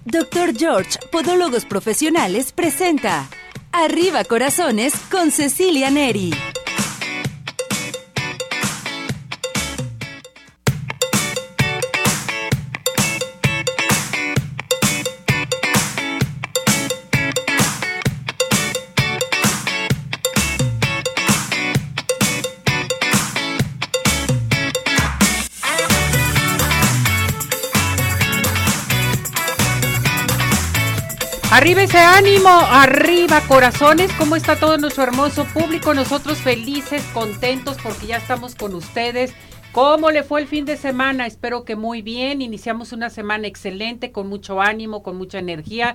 Dr. George, Podólogos Profesionales, presenta Arriba Corazones con Cecilia Neri. Arriba ese ánimo, arriba corazones, ¿cómo está todo nuestro hermoso público? Nosotros felices, contentos porque ya estamos con ustedes. ¿Cómo le fue el fin de semana? Espero que muy bien, iniciamos una semana excelente, con mucho ánimo, con mucha energía.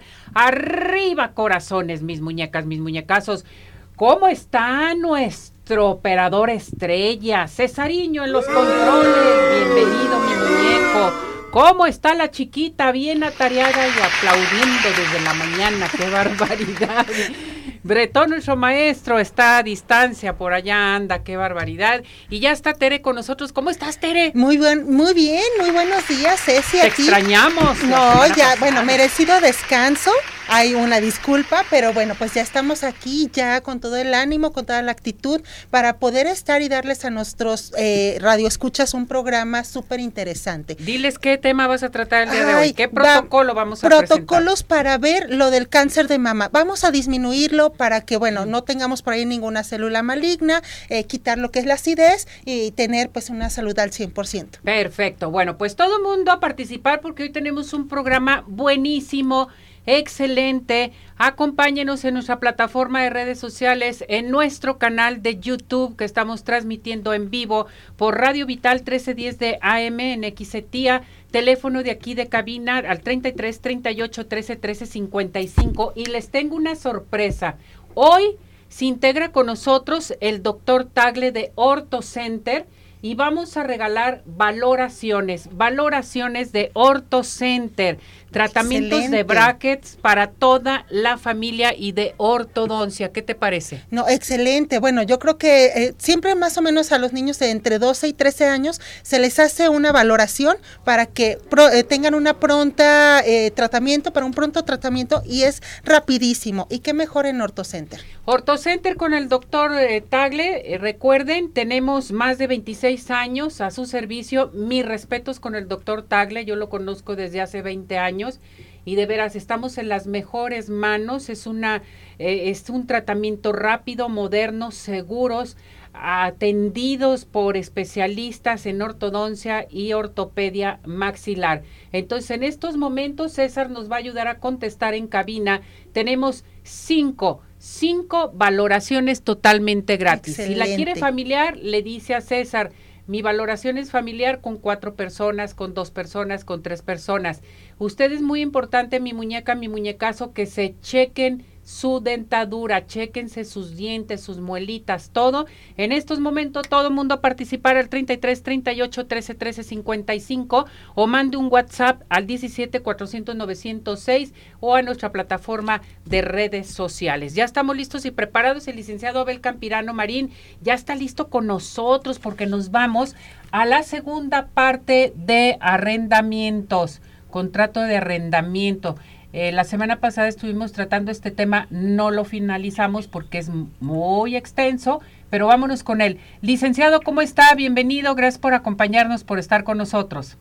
Arriba corazones, mis muñecas, mis muñecazos. ¿Cómo está nuestro operador estrella? Cesariño en los controles, bienvenido mi muñeco. ¿Cómo está la chiquita? Bien atareada y aplaudiendo desde la mañana. ¡Qué barbaridad! Bretón, nuestro maestro, está a distancia, por allá anda, qué barbaridad. Y ya está Tere con nosotros. ¿Cómo estás, Tere? Muy bien, muy buenos días, Ceci. Te extrañamos. No, ya, bueno, merecido descanso. Hay una disculpa, pero bueno, pues ya estamos aquí, ya con todo el ánimo, con toda la actitud, para poder estar y darles a nuestros radioescuchas un programa súper interesante. Diles qué tema vas a tratar el día de hoy, qué protocolo vamos a presentar. Protocolos para ver lo del cáncer de mama. Vamos a disminuirlo para que, bueno, no tengamos por ahí ninguna célula maligna, quitar lo que es la acidez y tener pues una salud al 100%. Perfecto, bueno, pues todo el mundo a participar porque hoy tenemos un programa buenísimo, excelente. Acompáñenos en nuestra plataforma de redes sociales, en nuestro canal de YouTube que estamos transmitiendo en vivo por Radio Vital 1310 de AM en XETIA, teléfono de aquí de cabina al 33 38 13 13 55. Y les tengo una sorpresa. Hoy se integra con nosotros el doctor Tagle de Orto Center y vamos a regalar valoraciones de Orto Center, tratamientos excelente de brackets para toda la familia y de ortodoncia. ¿Qué te parece? No, excelente. Bueno, yo creo que siempre más o menos a los niños de entre 12 y 13 años se les hace una valoración para que tengan una pronta tratamiento, para un pronto tratamiento, y es rapidísimo. ¿Y qué mejor en Orto Center? Orto Center con el doctor Tagle, recuerden, tenemos más de 26 años a su servicio. Mis respetos con el doctor Tagle, yo lo conozco desde hace 20 años y de veras estamos en las mejores manos. Es un tratamiento rápido, moderno, seguros, atendidos por especialistas en ortodoncia y ortopedia maxilar. Entonces, en estos momentos César nos va a ayudar a contestar en cabina. Tenemos cinco valoraciones totalmente gratis. Excelente. Si la quiere familiar, le dice a César, mi valoración es familiar con 4 personas, con 2 personas, con 3 personas. Usted es muy importante, mi muñeca, mi muñecazo, que se chequen su dentadura, chéquense sus dientes, sus muelitas, todo. En estos momentos todo el mundo a participar al 33 38 13 13 55 o mande un WhatsApp al 17 400 906 o a nuestra plataforma de redes sociales. Ya estamos listos y preparados. El licenciado Abel Campirano Marín ya está listo con nosotros porque nos vamos a la segunda parte de arrendamientos, contrato de arrendamiento. La semana pasada estuvimos tratando este tema, no lo finalizamos porque es muy extenso, pero vámonos con él. Licenciado, ¿cómo está? Bienvenido, gracias por acompañarnos, por estar con nosotros.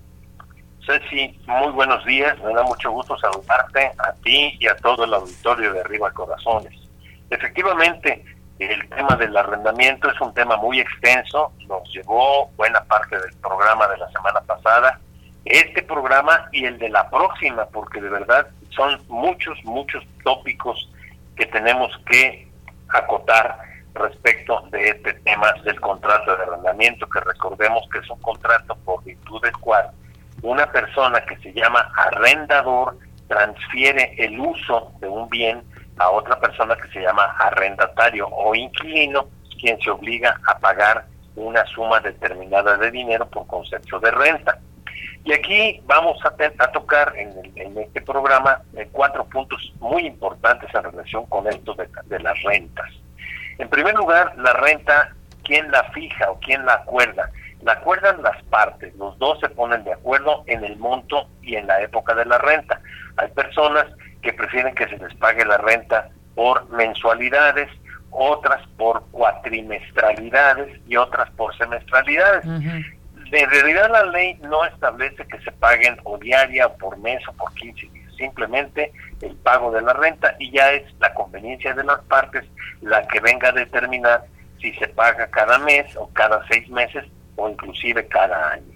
Ceci, muy buenos días, me da mucho gusto saludarte a ti y a todo el auditorio de Arriba Corazones. Efectivamente, el tema del arrendamiento es un tema muy extenso, nos llevó buena parte del programa de la semana pasada, este programa y el de la próxima, porque de verdad son muchos tópicos que tenemos que acotar respecto de este tema del contrato de arrendamiento, que recordemos que es un contrato por virtud del cual una persona que se llama arrendador transfiere el uso de un bien a otra persona que se llama arrendatario o inquilino, quien se obliga a pagar una suma determinada de dinero por concepto de renta. Y aquí vamos a tocar en este programa 4 puntos muy importantes en relación con esto de las rentas. En primer lugar, la renta, ¿quién la fija o quién la acuerda? La acuerdan las partes, los dos se ponen de acuerdo en el monto y en la época de la renta. Hay personas que prefieren que se les pague la renta por mensualidades, otras por cuatrimestralidades y otras por semestralidades. En realidad la ley no establece que se paguen o diaria o por mes o por 15 días, simplemente el pago de la renta, y ya es la conveniencia de las partes la que venga a determinar si se paga cada mes o cada 6 meses o inclusive cada año.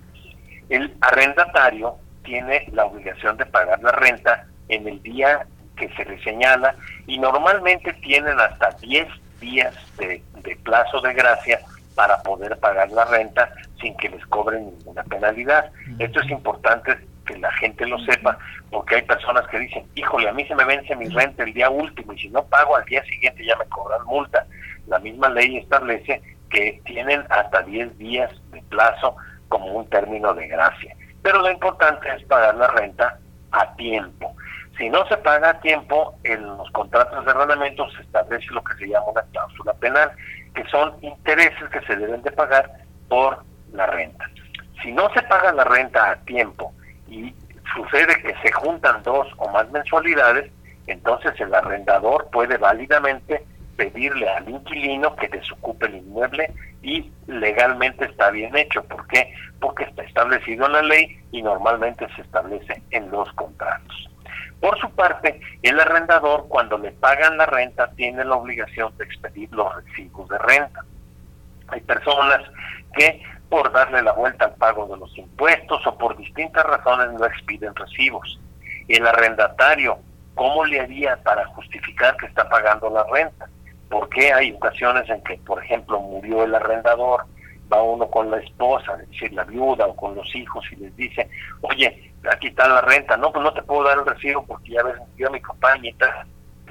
El arrendatario tiene la obligación de pagar la renta en el día que se le señala, y normalmente tienen hasta 10 días de plazo de gracia para poder pagar la renta sin que les cobren ninguna penalidad. Esto es importante que la gente lo sepa, porque hay personas que dicen, híjole, a mí se me vence mi renta el día último y si no pago al día siguiente ya me cobran multa. La misma ley establece que tienen hasta 10 días de plazo como un término de gracia. Pero lo importante es pagar la renta a tiempo. Si no se paga a tiempo, en los contratos de arrendamiento se establece lo que se llama una cláusula penal, que son intereses que se deben de pagar por la renta. Si no se paga la renta a tiempo y sucede que se juntan 2 o más mensualidades, entonces el arrendador puede válidamente pedirle al inquilino que desocupe el inmueble, y legalmente está bien hecho. ¿Por qué? Porque está establecido en la ley y normalmente se establece en los contratos. Por su parte, el arrendador, cuando le pagan la renta, tiene la obligación de expedir los recibos de renta. Hay personas que, por darle la vuelta al pago de los impuestos o por distintas razones, no expiden recibos. El arrendatario, ¿cómo le haría para justificar que está pagando la renta? Porque hay ocasiones en que, por ejemplo, murió el arrendador, va uno con la esposa, es decir, la viuda, o con los hijos, y les dice, oye, aquí está la renta. No, pues no te puedo dar el recibo porque ya ves, yo mi compañita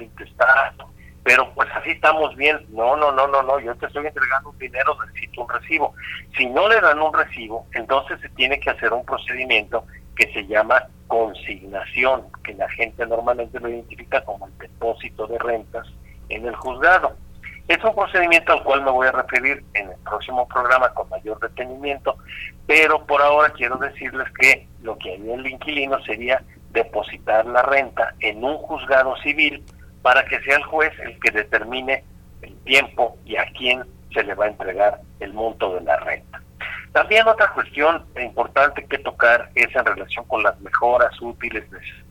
está, pero pues así estamos bien. No, yo te estoy entregando un dinero, necesito un recibo. Si no le dan un recibo, entonces se tiene que hacer un procedimiento que se llama consignación, que la gente normalmente lo identifica como el depósito de rentas en el juzgado. Es un procedimiento al cual me voy a referir en el próximo programa con mayor detenimiento, pero por ahora quiero decirles que lo que haría el inquilino sería depositar la renta en un juzgado civil para que sea el juez el que determine el tiempo y a quién se le va a entregar el monto de la renta. También otra cuestión importante que tocar es en relación con las mejoras útiles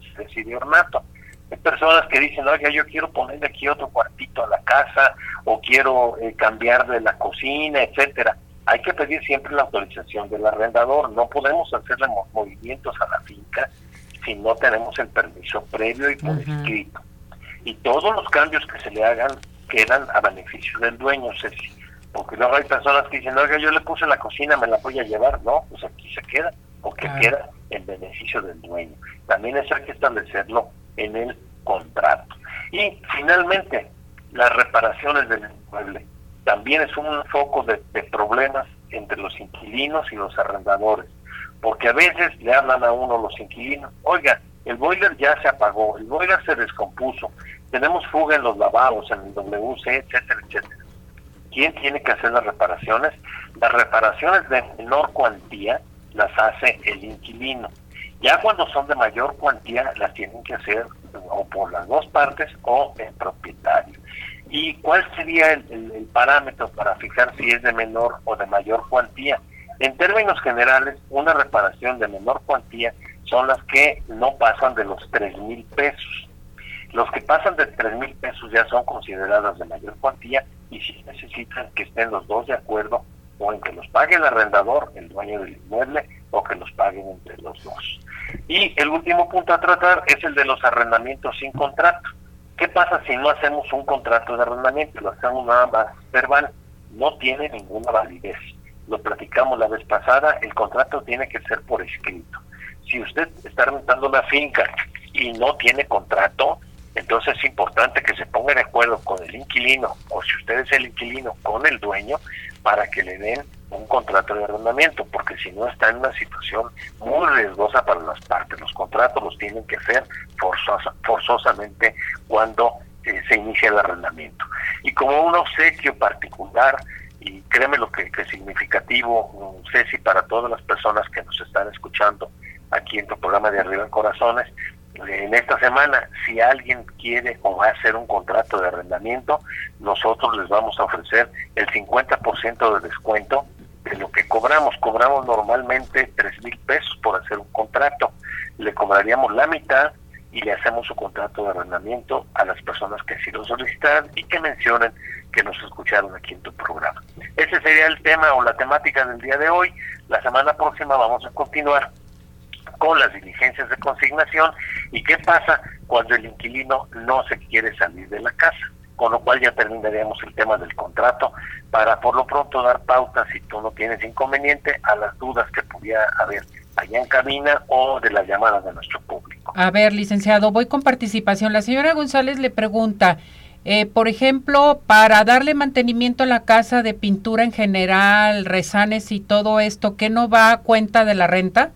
de ornato. Hay personas que dicen, oiga, yo quiero ponerle aquí otro cuartito a la casa, o quiero cambiar de la cocina, etcétera. Hay que pedir siempre la autorización del arrendador. No podemos hacerle movimientos a la finca si no tenemos el permiso previo y por escrito. Y todos los cambios que se le hagan quedan a beneficio del dueño, Ceci. Porque luego hay personas que dicen, oiga, yo le puse la cocina, me la voy a llevar. No, pues aquí se queda, porque queda en beneficio del dueño. También eso hay que establecerlo en el contrato. Y finalmente, las reparaciones del inmueble también es un foco de problemas entre los inquilinos y los arrendadores, porque a veces le hablan a uno los inquilinos, oiga, el boiler ya se apagó, el boiler se descompuso, tenemos fuga en los lavabos, en el WC, etcétera, etcétera. ¿Quién tiene que hacer las reparaciones? Las reparaciones de menor cuantía las hace el inquilino. Ya cuando son de mayor cuantía, las tienen que hacer o por las dos partes o el propietario. ¿Y cuál sería el parámetro para fijar si es de menor o de mayor cuantía? En términos generales, una reparación de menor cuantía son las que no pasan de los 3,000 pesos. Los que pasan de 3,000 pesos ya son consideradas de mayor cuantía, y si necesitan que estén los dos de acuerdo, o en que los pague el arrendador, el dueño del inmueble, o que los paguen entre los dos. Y el último punto a tratar es el de los arrendamientos sin contrato. ¿Qué pasa si no hacemos un contrato de arrendamiento? Lo hacemos nada más verbal. No tiene ninguna validez. Lo platicamos la vez pasada, el contrato tiene que ser por escrito. Si usted está rentando una finca y no tiene contrato, entonces es importante que se ponga de acuerdo con el inquilino, o si usted es el inquilino, con el dueño, para que le den un contrato de arrendamiento, porque si no está en una situación muy riesgosa para las partes. Los contratos los tienen que hacer forzosamente cuando se inicia el arrendamiento. Y como un obsequio particular, y créeme lo que es significativo, Ceci, para todas las personas que nos están escuchando aquí en tu programa de Arriba Corazones. En esta semana, si alguien quiere o va a hacer un contrato de arrendamiento, nosotros les vamos a ofrecer el 50% de descuento de lo que cobramos. Cobramos normalmente 3,000 pesos por hacer un contrato. Le cobraríamos la mitad y le hacemos su contrato de arrendamiento a las personas que así lo solicitan y que mencionen que nos escucharon aquí en tu programa. Ese sería el tema o la temática del día de hoy. La semana próxima vamos a continuar con las diligencias de consignación y qué pasa cuando el inquilino no se quiere salir de la casa, con lo cual ya terminaríamos el tema del contrato para por lo pronto dar pauta, si tú no tienes inconveniente, a las dudas que pudiera haber allá en cabina o de las llamadas de nuestro público. A ver, licenciado, voy con participación. La señora González le pregunta, por ejemplo, para darle mantenimiento a la casa de pintura en general, rezanes y todo esto, ¿qué no va a cuenta de la renta?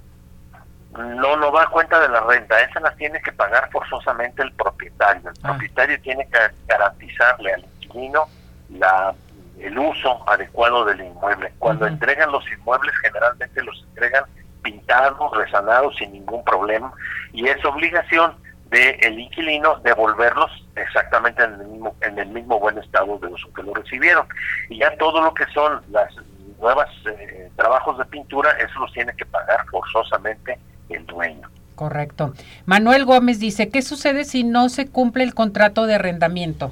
No va a cuenta de la renta, esas las tiene que pagar forzosamente el propietario. El propietario tiene que garantizarle al inquilino el uso adecuado del inmueble. Cuando entregan los inmuebles, generalmente los entregan pintados, rezanados, sin ningún problema, y es obligación del inquilino devolverlos exactamente en el mismo buen estado de uso que lo recibieron. Y ya todo lo que son las nuevas trabajos de pintura, eso los tiene que pagar forzosamente el dueño. Correcto. Manuel Gómez dice, ¿qué sucede si no se cumple el contrato de arrendamiento?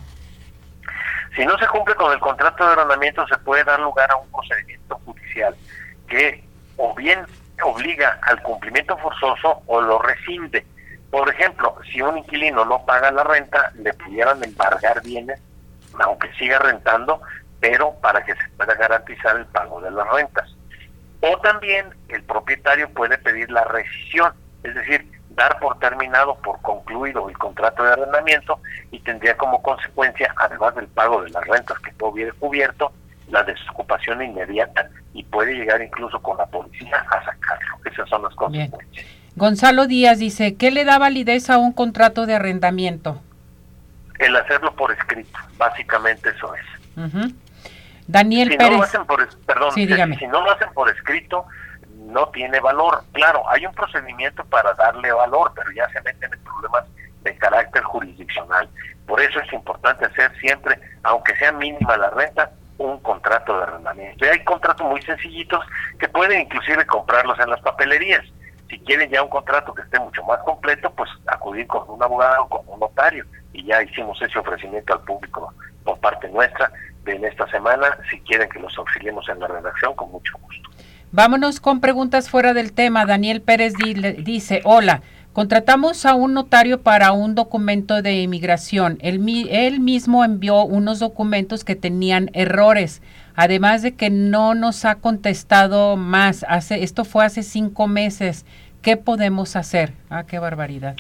Si no se cumple con el contrato de arrendamiento, se puede dar lugar a un procedimiento judicial que o bien obliga al cumplimiento forzoso o lo rescinde. Por ejemplo, si un inquilino no paga la renta, le pudieran embargar bienes, aunque siga rentando, pero para que se pueda garantizar el pago de las rentas. O también el propietario puede pedir la rescisión, es decir, dar por terminado, por concluido el contrato de arrendamiento, y tendría como consecuencia, además del pago de las rentas que no hubiera cubierto, la desocupación inmediata, y puede llegar incluso con la policía a sacarlo. Esas son las consecuencias. Bien. Gonzalo Díaz dice, ¿qué le da validez a un contrato de arrendamiento? El hacerlo por escrito, básicamente eso es. Daniel si Pérez. No lo hacen si no lo hacen por escrito, no tiene valor. Claro, hay un procedimiento para darle valor, pero ya se meten en problemas de carácter jurisdiccional. Por eso es importante hacer siempre, aunque sea mínima la renta, un contrato de arrendamiento. Y hay contratos muy sencillitos que pueden inclusive comprarlos en las papelerías. Si quieren ya un contrato que esté mucho más completo, pues acudir con un abogado o con un notario. Y ya hicimos ese ofrecimiento al público por parte nuestra en esta semana. Si quieren que los auxiliemos en la redacción, con mucho gusto. Vámonos con preguntas fuera del tema. Daniel Pérez dice, hola, contratamos a un notario para un documento de inmigración. Él mismo envió unos documentos que tenían errores, además de que no nos ha contestado más. Esto fue hace 5 meses. ¿Qué podemos hacer? ¡Qué barbaridad!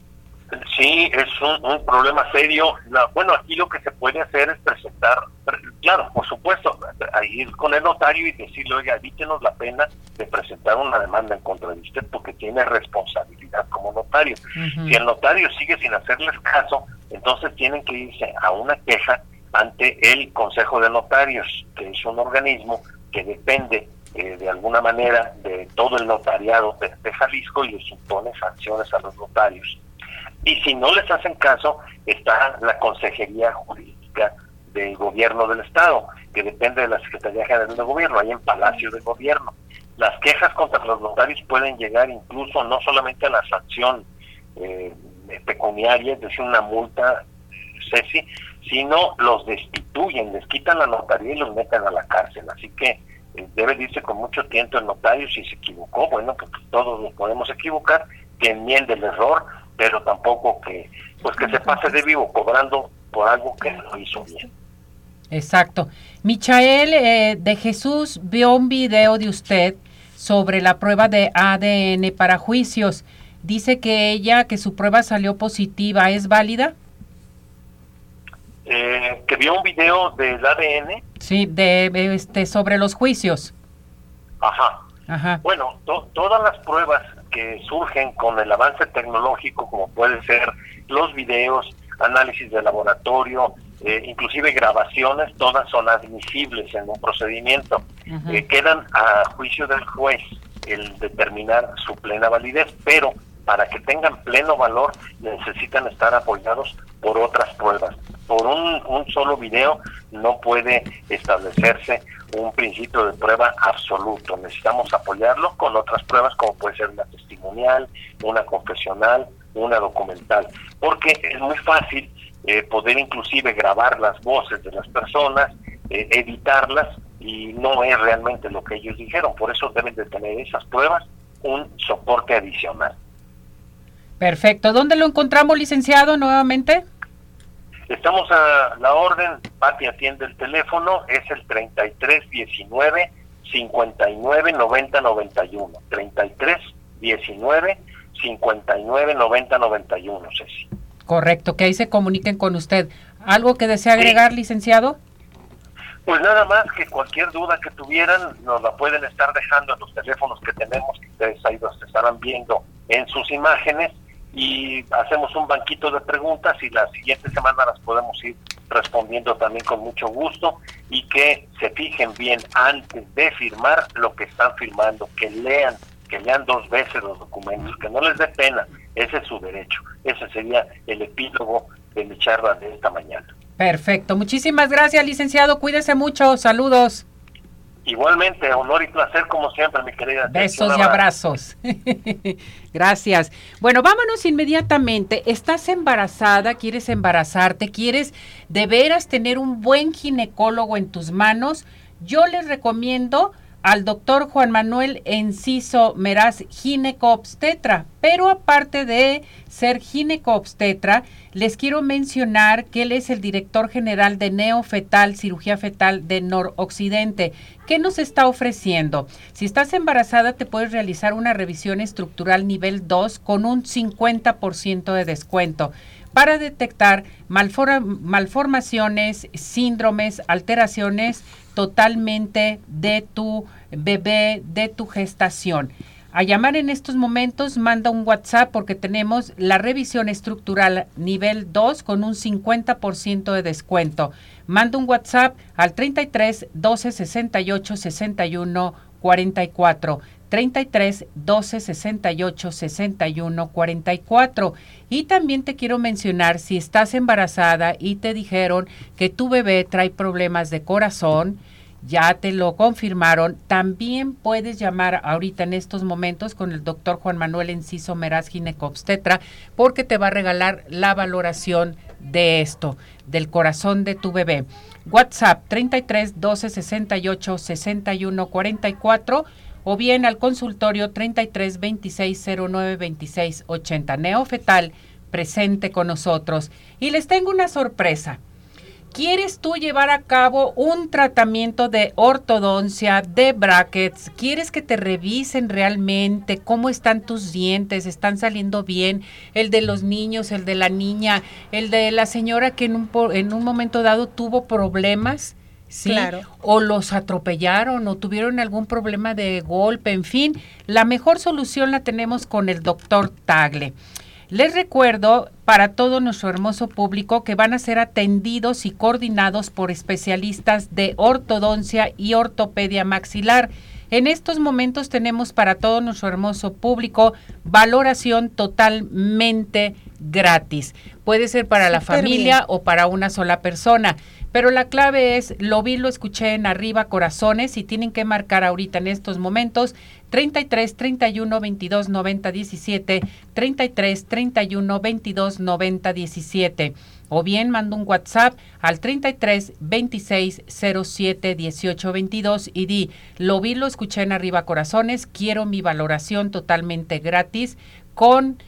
Sí, es un problema serio. Bueno, aquí lo que se puede hacer es presentar, claro, por supuesto, ir con el notario y decirle, oiga, evítenos la pena de presentar una demanda en contra de usted porque tiene responsabilidad como notario. Si el notario sigue sin hacerles caso, entonces tienen que irse a una queja ante el Consejo de Notarios, que es un organismo que depende de alguna manera de todo el notariado de Jalisco y les impone sanciones a los notarios. Y si no les hacen caso, está la Consejería Jurídica del Gobierno del Estado, que depende de la Secretaría General de Gobierno, ahí en Palacio de Gobierno. Las quejas contra los notarios pueden llegar incluso no solamente a la sanción pecuniaria, es decir, una multa, Ceci, sino los destituyen, les quitan la notaría y los meten a la cárcel. Así que debe irse con mucho tiento el notario. Si se equivocó, bueno, pues todos nos podemos equivocar, que enmiende el error, pero tampoco que se pase de vivo cobrando por algo que no hizo bien. Exacto. Michael de Jesús vio un video de usted sobre la prueba de ADN para juicios. Dice que su prueba salió positiva. ¿Es válida? Que vio un video del ADN. Sí, sobre los juicios. Ajá. Bueno, todas las pruebas que surgen con el avance tecnológico, como pueden ser los videos, análisis de laboratorio, inclusive grabaciones, todas son admisibles en un procedimiento. Quedan a juicio del juez el determinar su plena validez, pero para que tengan pleno valor necesitan estar apoyados por otras pruebas. Por un solo video no puede establecerse un principio de prueba absoluto. Necesitamos apoyarlo con otras pruebas, como puede ser una testimonial, una confesional, una documental, porque es muy fácil poder inclusive grabar las voces de las personas, editarlas, y no es realmente lo que ellos dijeron. Por eso deben de tener esas pruebas un soporte adicional. Perfecto. ¿Dónde lo encontramos, licenciado, nuevamente? Estamos a la orden. Pati atiende el teléfono, es el 3319 59 90 91. 3319 59 90 91, Ceci. Correcto, que ahí se comuniquen con usted. ¿Algo que desea agregar, licenciado? Pues nada más, que cualquier duda que tuvieran nos la pueden estar dejando en los teléfonos que tenemos, que ustedes ahí los estarán viendo en sus imágenes, y hacemos un banquito de preguntas y la siguiente semana las podemos ir respondiendo también con mucho gusto, y que se fijen bien antes de firmar lo que están firmando, que lean 2 veces los documentos, que no les dé pena, ese es su derecho. Ese sería el epílogo de mi charla de esta mañana. Perfecto, muchísimas gracias, licenciado, cuídese mucho, saludos. Igualmente, honor y placer como siempre, mi querida. Besos y abrazos. Gracias. Bueno, vámonos inmediatamente. ¿Estás embarazada? ¿Quieres embarazarte? ¿Quieres de veras tener un buen ginecólogo en tus manos? Yo les recomiendo al doctor Juan Manuel Enciso Meraz, gineco-obstetra. Pero aparte de ser gineco-obstetra, les quiero mencionar que él es el director general de neofetal, cirugía fetal de Noroccidente. ¿Qué nos está ofreciendo? Si estás embarazada, te puedes realizar una revisión estructural nivel 2 con un 50% de descuento para detectar malformaciones, síndromes, alteraciones totalmente de tu bebé, de tu gestación. A llamar en estos momentos, manda un WhatsApp porque tenemos la revisión estructural nivel 2 con un 50% de descuento. Manda un WhatsApp al 33 12 68 61 44. 33 12 68 61 44. Y también te quiero mencionar, si estás embarazada y te dijeron que tu bebé trae problemas de corazón, ya te lo confirmaron, también puedes llamar ahorita en estos momentos con el doctor Juan Manuel Enciso Meraz, gineco-obstetra, porque te va a regalar la valoración de esto, del corazón de tu bebé. WhatsApp 33 12 68 61 44, o bien al consultorio 33 26 09 26 80. Neofetal presente con nosotros. Y les tengo una sorpresa. ¿Quieres tú llevar a cabo un tratamiento de ortodoncia, de brackets? ¿Quieres que te revisen realmente cómo están tus dientes? ¿Están saliendo bien? El de los niños, el de la niña, el de la señora que en un momento dado tuvo problemas, ¿sí? Claro. O los atropellaron o tuvieron algún problema de golpe, en fin. La mejor solución la tenemos con el doctor Tagle. Les recuerdo para todo nuestro hermoso público que van a ser atendidos y coordinados por especialistas de ortodoncia y ortopedia maxilar. En estos momentos tenemos para todo nuestro hermoso público valoración totalmente gratis. Puede ser para la familia o para una sola persona. Pero la clave es, lo vi, lo escuché en Arriba Corazones, y tienen que marcar ahorita en estos momentos 33 31 22 90 17, 33 31 22 90 17. O bien manda un WhatsApp al 33 26 07 18 22 y di, lo vi, lo escuché en Arriba Corazones, quiero mi valoración totalmente gratis con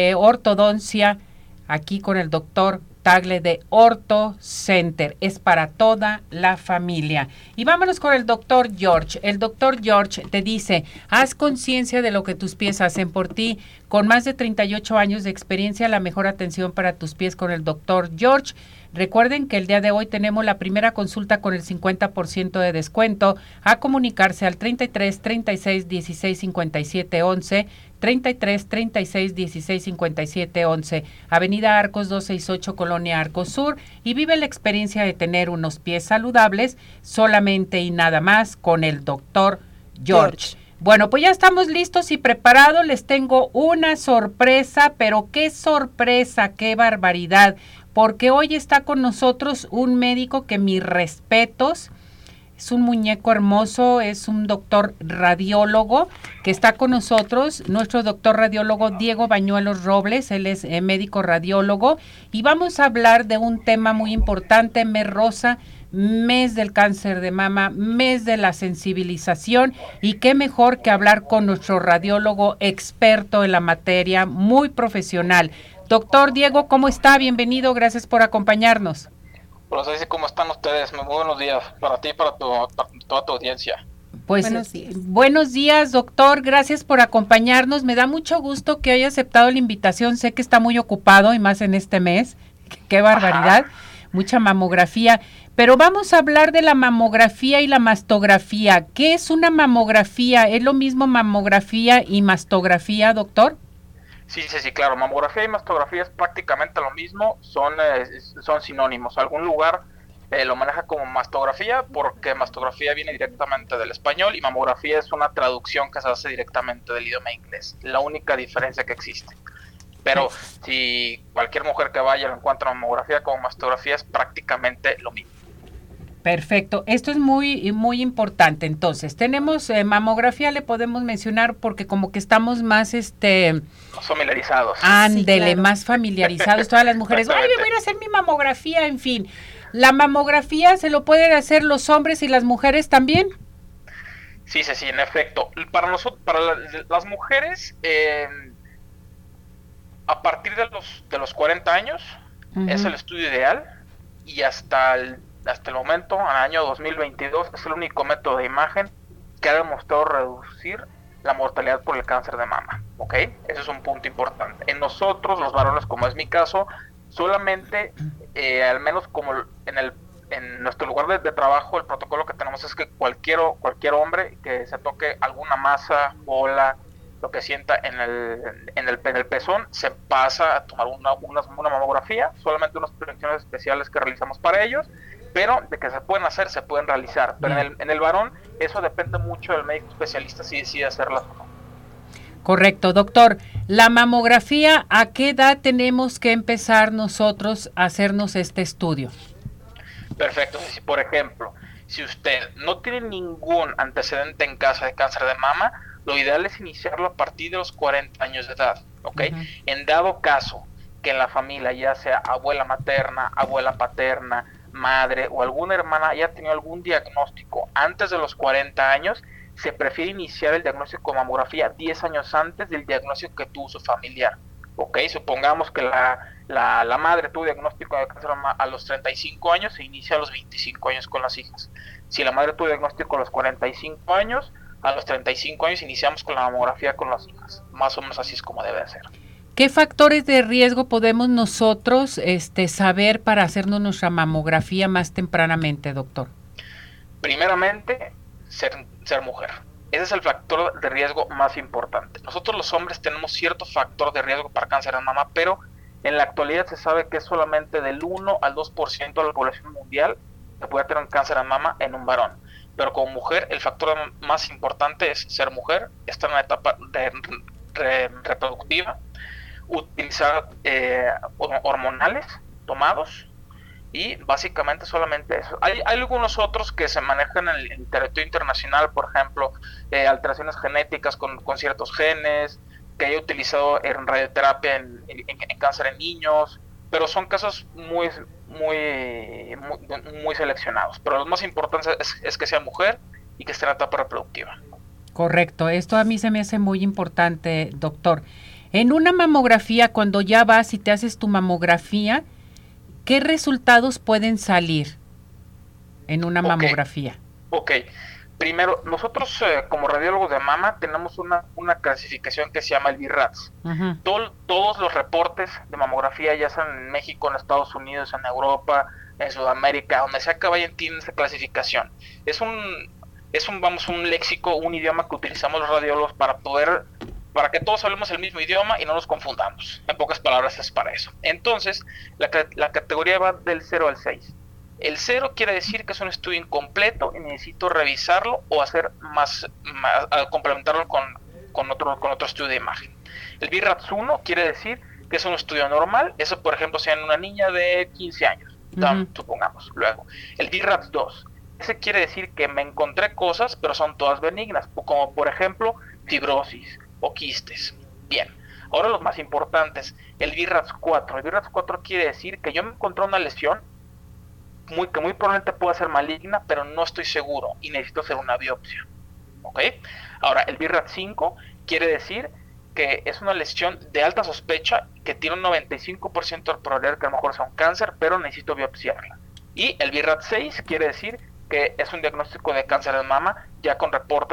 ortodoncia, aquí con el doctor Tagle de Orto Center. Es para toda la familia. Y vámonos con el doctor George. El doctor George te dice, haz conciencia de lo que tus pies hacen por ti. Con más de 38 años de experiencia, la mejor atención para tus pies con el doctor George. Recuerden que el día de hoy tenemos la primera consulta con el 50% de descuento. A comunicarse al 33 36 16 57 11, 33 36 16 57 11, Avenida Arcos 268, Colonia Arcos Sur, y vive la experiencia de tener unos pies saludables solamente y nada más con el doctor George. Bueno, pues ya estamos listos y preparados. Les tengo una sorpresa, pero qué sorpresa, qué barbaridad, porque hoy está con nosotros un médico que mis respetos, es un muñeco hermoso, es un doctor radiólogo que está con nosotros, nuestro doctor radiólogo Diego Bañuelos Robles. Él es médico radiólogo y vamos a hablar de un tema muy importante, mes rosa, mes del cáncer de mama, mes de la sensibilización, y qué mejor que hablar con nuestro radiólogo experto en la materia, muy profesional. Doctor Diego, ¿cómo está? Bienvenido, gracias por acompañarnos. Hola, Ceci, ¿cómo están ustedes? Muy buenos días para ti y para toda tu audiencia. Pues buenos días, doctor, gracias por acompañarnos. Me da mucho gusto que haya aceptado la invitación. Sé que está muy ocupado y más en este mes. Qué barbaridad. Ajá. Mucha mamografía. Pero vamos a hablar de la mamografía y la mastografía. ¿Qué es una mamografía? ¿Es lo mismo mamografía y mastografía, doctor? Sí, claro. Mamografía y mastografía es prácticamente lo mismo, son sinónimos. Algún lugar lo maneja como mastografía porque mastografía viene directamente del español y mamografía es una traducción que se hace directamente del idioma inglés. La única diferencia que existe. Pero si cualquier mujer que vaya lo encuentra mamografía como mastografía, es prácticamente lo mismo. Perfecto, esto es muy importante. Entonces, tenemos mamografía, le podemos mencionar porque como que estamos más familiarizados. Ándele, sí, claro. Más familiarizados todas las mujeres. Ay, me voy a hacer mi mamografía, en fin. ¿La mamografía se lo pueden hacer los hombres y las mujeres también? Sí, en efecto. Para nosotros, para las mujeres, a partir de los 40 años, es el estudio ideal, y hasta el momento, en el año 2022, es el único método de imagen que ha demostrado reducir la mortalidad por el cáncer de mama, ¿ok? Ese es un punto importante. En nosotros, los varones, como es mi caso, solamente, al menos como en nuestro lugar de trabajo, el protocolo que tenemos es que cualquier hombre que se toque alguna masa, bola, lo que sienta en el pezón, se pasa a tomar una mamografía, solamente unas prevenciones especiales que realizamos para ellos, pero de que se pueden hacer, se pueden realizar. Pero en el varón, eso depende mucho del médico especialista si decide hacerlas o no. Correcto, doctor. La mamografía, ¿a qué edad tenemos que empezar nosotros a hacernos este estudio? Perfecto. Por ejemplo, si usted no tiene ningún antecedente en casa de cáncer de mama, lo ideal es iniciarlo a partir de los 40 años de edad, ¿ok? En dado caso que en la familia, ya sea abuela materna, abuela paterna, madre o alguna hermana haya tenido algún diagnóstico antes de los 40 años, se prefiere iniciar el diagnóstico de mamografía 10 años antes del diagnóstico que tuvo su familiar, ¿ok? Supongamos que la madre tuvo diagnóstico de cáncer de mama a los 35 años, se inicia a los 25 años con las hijas. Si la madre tuvo diagnóstico a los 45 años, a los 35 años iniciamos con la mamografía con las hijas. Más o menos así es como debe ser. ¿Qué factores de riesgo podemos nosotros saber para hacernos nuestra mamografía más tempranamente, doctor? Primeramente, ser mujer. Ese es el factor de riesgo más importante. Nosotros los hombres tenemos cierto factor de riesgo para cáncer de mama, pero en la actualidad se sabe que es solamente del 1 al 2% de la población mundial que puede tener un cáncer de mama en un varón. Pero como mujer, el factor más importante es ser mujer, estar en una etapa reproductiva, utilizar hormonales tomados, y básicamente solamente eso. Hay algunos otros que se manejan en el territorio internacional, por ejemplo, alteraciones genéticas con ciertos genes, que haya utilizado en radioterapia en cáncer en niños, pero son casos muy seleccionados. Pero lo más importante es que sea mujer y que esté en la etapa reproductiva. Correcto, esto a mí se me hace muy importante, doctor. En una mamografía, cuando ya vas y te haces tu mamografía, ¿qué resultados pueden salir en una mamografía? Ok, Primero, nosotros como radiólogos de mama tenemos una clasificación que se llama el BIRATS. Todos los reportes de mamografía, ya sean en México, en Estados Unidos, en Europa, en Sudamérica, donde sea que vayan, tienen esa clasificación. Es un léxico, un idioma que utilizamos los radiólogos para que todos hablemos el mismo idioma y no nos confundamos. En pocas palabras es para eso. Entonces, la categoría va del 0 al 6. El 0 quiere decir que es un estudio incompleto y necesito revisarlo o hacer complementarlo con otro estudio de imagen. El BIRATS 1 quiere decir que es un estudio normal, eso por ejemplo sea en una niña de 15 años, supongamos. Luego, el BIRATS 2, ese quiere decir que me encontré cosas, pero son todas benignas, como por ejemplo fibrosis o quistes. Bien, ahora los más importantes, el BIRATS 4. El BIRATS 4 quiere decir que yo me encontré una lesión que muy probablemente pueda ser maligna, pero no estoy seguro y necesito hacer una biopsia. ¿Ok? Ahora, el BIRATS 5 quiere decir que es una lesión de alta sospecha que tiene un 95% de probabilidad que a lo mejor sea un cáncer, pero necesito biopsiarla. Y el BIRATS 6 quiere decir que es un diagnóstico de cáncer de mama ya con reporte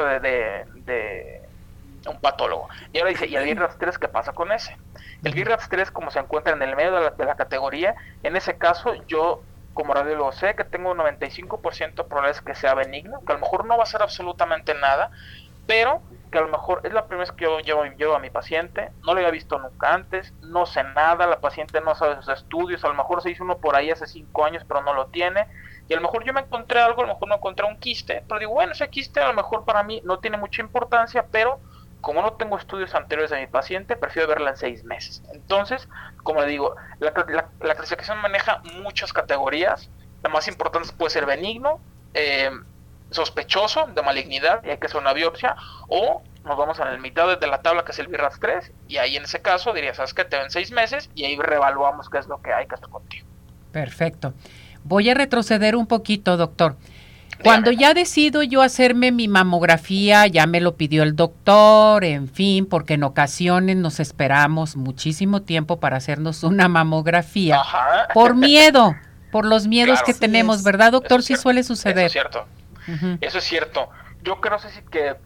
de un patólogo. Y ahora dice, ¿y el BIRATS 3 qué pasa con ese? El BIRATS 3, como se encuentra en el medio de la categoría, en ese caso yo como radiólogo sé que tengo un 95% de probabilidades que sea benigno, que a lo mejor no va a ser absolutamente nada, pero que a lo mejor es la primera vez que yo llevo a mi paciente, no lo había visto nunca antes, no sé nada, la paciente no sabe sus estudios, a lo mejor se hizo uno por ahí hace 5 años pero no lo tiene, y a lo mejor yo me encontré algo, a lo mejor no encontré un quiste, pero digo, bueno, ese quiste a lo mejor para mí no tiene mucha importancia, pero como no tengo estudios anteriores de mi paciente, prefiero verla en 6 meses. Entonces, como le digo, la clasificación maneja muchas categorías. La más importante puede ser benigno, sospechoso de malignidad, y hay que hacer una biopsia, o nos vamos a la mitad de la tabla, que es el BIRATS 3, y ahí en ese caso diría, ¿sabes qué? Te ven 6 meses, y ahí reevaluamos qué es lo que hay que hacer contigo. Perfecto. Voy a retroceder un poquito, doctor. Cuando ya decido yo hacerme mi mamografía, ya me lo pidió el doctor, en fin, porque en ocasiones nos esperamos muchísimo tiempo para hacernos una mamografía. Ajá. Por miedo, por los miedos que tenemos, ¿verdad, doctor? Sí suele suceder. Eso es cierto. Eso es cierto. Yo creo sí que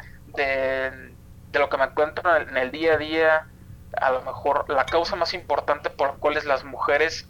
de lo que me encuentro en el día a día, a lo mejor la causa más importante por la cual las mujeres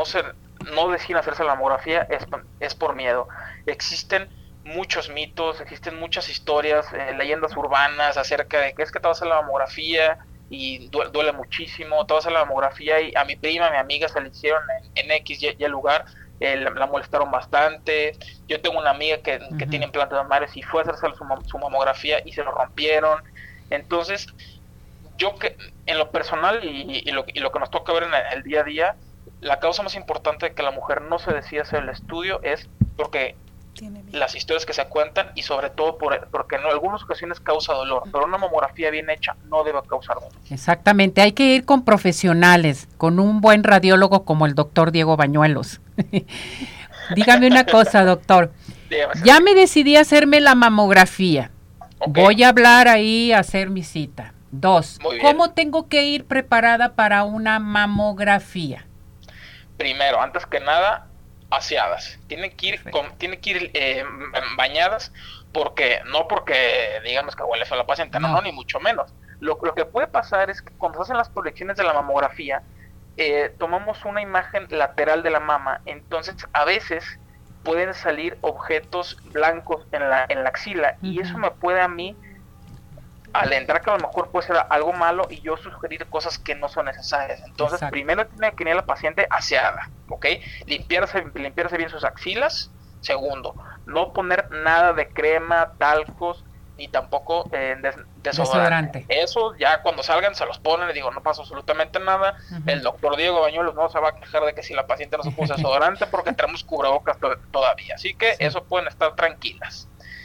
no deciden hacerse la mamografía es por miedo. Existen muchos mitos, existen muchas historias, leyendas urbanas acerca de que es que te vas a hacer la mamografía y duele muchísimo, te vas a hacer la mamografía y a mi prima, a mi amiga se le hicieron en X y lugar, la molestaron bastante. Yo tengo una amiga que tiene implantes mamarios y fue a hacerse su mamografía y se lo rompieron. Entonces, yo que en lo personal y lo que nos toca ver en el día a día, la causa más importante de que la mujer no se decida hacer el estudio es porque las historias que se cuentan y sobre todo porque en algunas ocasiones causa dolor, pero una mamografía bien hecha no debe causar dolor. Exactamente, hay que ir con profesionales, con un buen radiólogo como el doctor Diego Bañuelos. Dígame una cosa, doctor. Ya me decidí a hacerme la mamografía. Okay. Voy a hablar ahí a hacer mi cita. 2, ¿cómo tengo que ir preparada para una mamografía? Primero, antes que nada, aseadas. Tienen que ir bañadas, no porque digamos que huele feo a la paciente, no, ni mucho menos. Lo que puede pasar es que cuando se hacen las proyecciones de la mamografía, tomamos una imagen lateral de la mama, entonces a veces pueden salir objetos blancos en la axila, y eso me puede a mí alentar que a lo mejor puede ser algo malo y yo sugerir cosas que no son necesarias. Entonces, exacto, primero tiene que ir la paciente aseada, ¿ok? Limpiarse bien sus axilas. Segundo, no poner nada de crema, talcos, ni tampoco desodorante. Eso ya cuando salgan se los ponen, y digo, no pasa absolutamente nada. El doctor Diego Bañuelos no se va a quejar de que si la paciente no se puso desodorante porque tenemos cubrebocas todavía. Así que eso pueden estar tranquilas.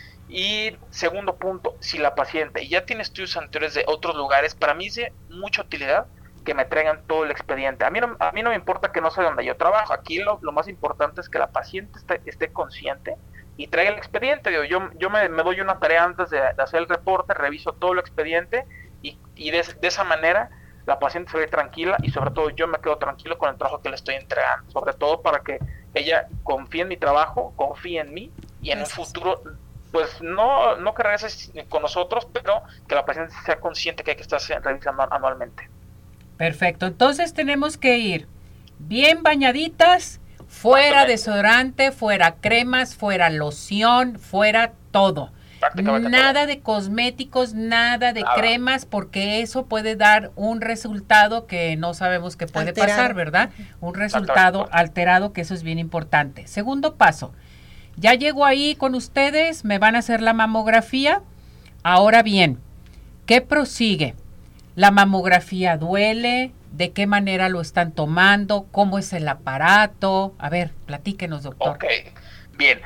Y segundo punto, si la paciente ya tiene estudios anteriores de otros lugares, para mí es de mucha utilidad que me traigan todo el expediente. A mí no me importa que no sea donde yo trabajo. Aquí lo más importante es que la paciente esté consciente y traiga el expediente. Yo me doy una tarea antes de hacer el reporte, reviso todo el expediente y de esa manera la paciente se ve tranquila y sobre todo yo me quedo tranquilo con el trabajo que le estoy entregando. Sobre todo para que ella confíe en mi trabajo, confíe en mí y en un futuro pues no que regreses con nosotros, pero que la paciente sea consciente que hay que estarse revisando anualmente. Perfecto, entonces tenemos que ir bien bañaditas, fuera desodorante, fuera cremas, fuera loción, fuera todo. Nada de cosméticos, nada de cremas, porque eso puede dar un resultado que no sabemos que puede pasar, ¿verdad? Un resultado alterado, que eso es bien importante. Segundo paso, ya llego ahí con ustedes, me van a hacer la mamografía. Ahora bien, ¿qué prosigue? ¿La mamografía duele? ¿De qué manera lo están tomando? ¿Cómo es el aparato? A ver, platíquenos, doctor. Ok, bien.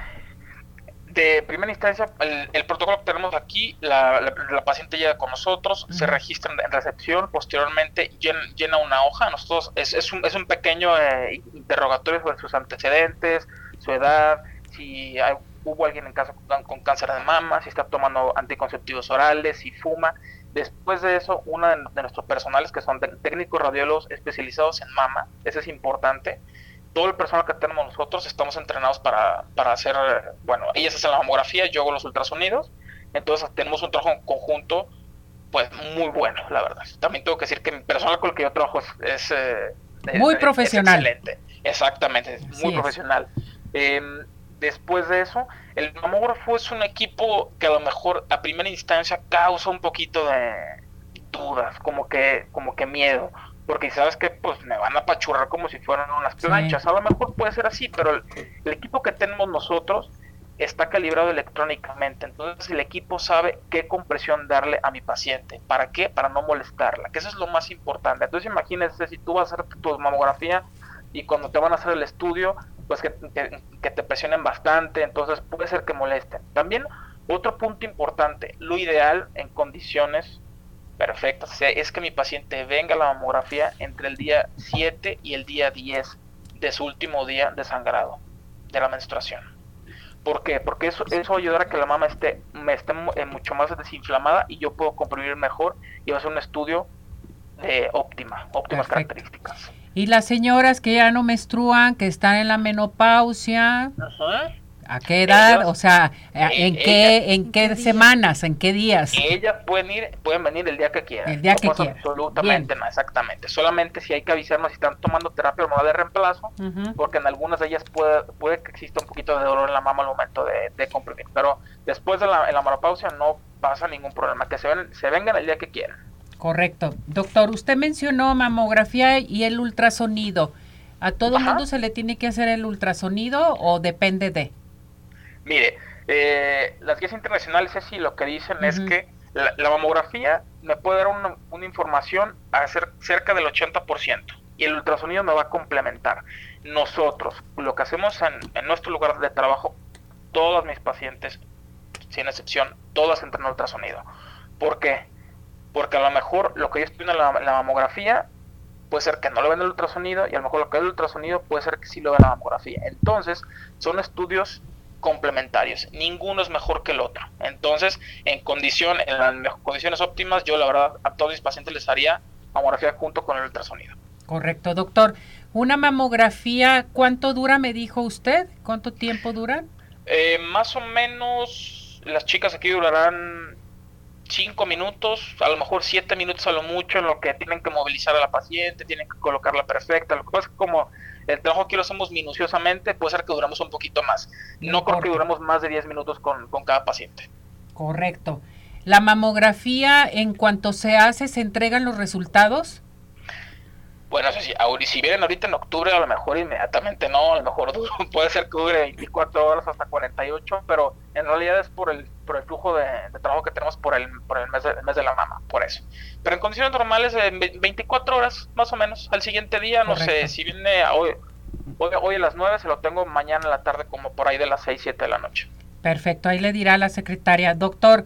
De primera instancia, el protocolo que tenemos aquí, la paciente llega con nosotros, se registra en recepción, posteriormente llena una hoja. Nosotros es un pequeño interrogatorio sobre sus antecedentes, su edad, si hubo alguien en casa con cáncer de mama, si está tomando anticonceptivos orales, si fuma. Después de eso, uno de nuestros personales, que son técnicos radiólogos especializados en mama, eso es importante. Todo el personal que tenemos nosotros estamos entrenados para hacer, bueno, ellas hacen la mamografía, yo hago los ultrasonidos, entonces tenemos un trabajo en conjunto, pues muy bueno, la verdad. También tengo que decir que mi personal con el que yo trabajo es muy profesional. Es excelente, exactamente, es muy profesional. Después de eso, el mamógrafo es un equipo que a lo mejor a primera instancia causa un poquito de dudas, como que miedo, porque sabes que pues me van a apachurrar como si fueran unas planchas. A lo mejor puede ser así, pero el equipo que tenemos nosotros está calibrado electrónicamente, entonces el equipo sabe qué compresión darle a mi paciente. ¿Para qué? Para no molestarla, que eso es lo más importante. Entonces imagínese si tú vas a hacer tu mamografía y cuando te van a hacer el estudio, pues que te presionen bastante, entonces puede ser que molesten. También otro punto importante, lo ideal en condiciones perfectas es que mi paciente venga a la mamografía entre el día 7 y el día 10 de su último día de sangrado, de la menstruación. ¿Por qué? Porque eso va a ayudar a que la mama esté mucho más desinflamada y yo puedo comprimir mejor y va a ser un estudio de óptimas características. Y las señoras que ya no menstruan, que están en la menopausia, ¿a qué edad? O sea, ¿en qué semanas? ¿En qué días? Ellas pueden venir el día que quieran. El día que quieran. Absolutamente nada, exactamente. Solamente si hay que avisarnos si están tomando terapia hormonal de reemplazo, porque en algunas de ellas puede que exista un poquito de dolor en la mama al momento de comprimir. Pero después de la menopausia no pasa ningún problema. Que se vengan el día que quieran. Correcto. Doctor, usted mencionó mamografía y el ultrasonido. ¿A todo mundo se le tiene que hacer el ultrasonido o depende de? Mire, las guías internacionales lo que dicen es que la mamografía me puede dar una información cerca del 80% y el ultrasonido me va a complementar. Nosotros, lo que hacemos en nuestro lugar de trabajo, todos mis pacientes, sin excepción, todas entran en ultrasonido. ¿Por qué? Porque a lo mejor lo que yo estoy en la mamografía puede ser que no lo ven en el ultrasonido y a lo mejor lo que es el ultrasonido puede ser que sí lo ven en la mamografía. Entonces, son estudios complementarios, ninguno es mejor que el otro. Entonces, en las condiciones óptimas, yo la verdad a todos mis pacientes les haría mamografía junto con el ultrasonido. Correcto, doctor. Una mamografía, ¿cuánto dura, me dijo usted? ¿Cuánto tiempo duran? Más o menos, las chicas aquí durarán 5 minutos, a lo mejor 7 minutos a lo mucho, en lo que tienen que movilizar a la paciente, tienen que colocarla perfecta. Lo que pasa es que como el trabajo aquí lo hacemos minuciosamente, puede ser que duremos un poquito más. No creo que duremos más de 10 minutos con cada paciente. Correcto. ¿La mamografía, en cuanto se hace, se entregan los resultados? Bueno, si vienen ahorita en octubre, a lo mejor inmediatamente no, a lo mejor puede ser que dure 24 horas hasta 48, pero en realidad es por el flujo de trabajo que tenemos por el mes de la mama, por eso. Pero en condiciones normales, 24 horas más o menos, al siguiente día, no sé, si viene hoy a las 9, se lo tengo mañana en la tarde como por ahí de las 6, 7 de la noche. Perfecto, ahí le dirá la secretaria. Doctor,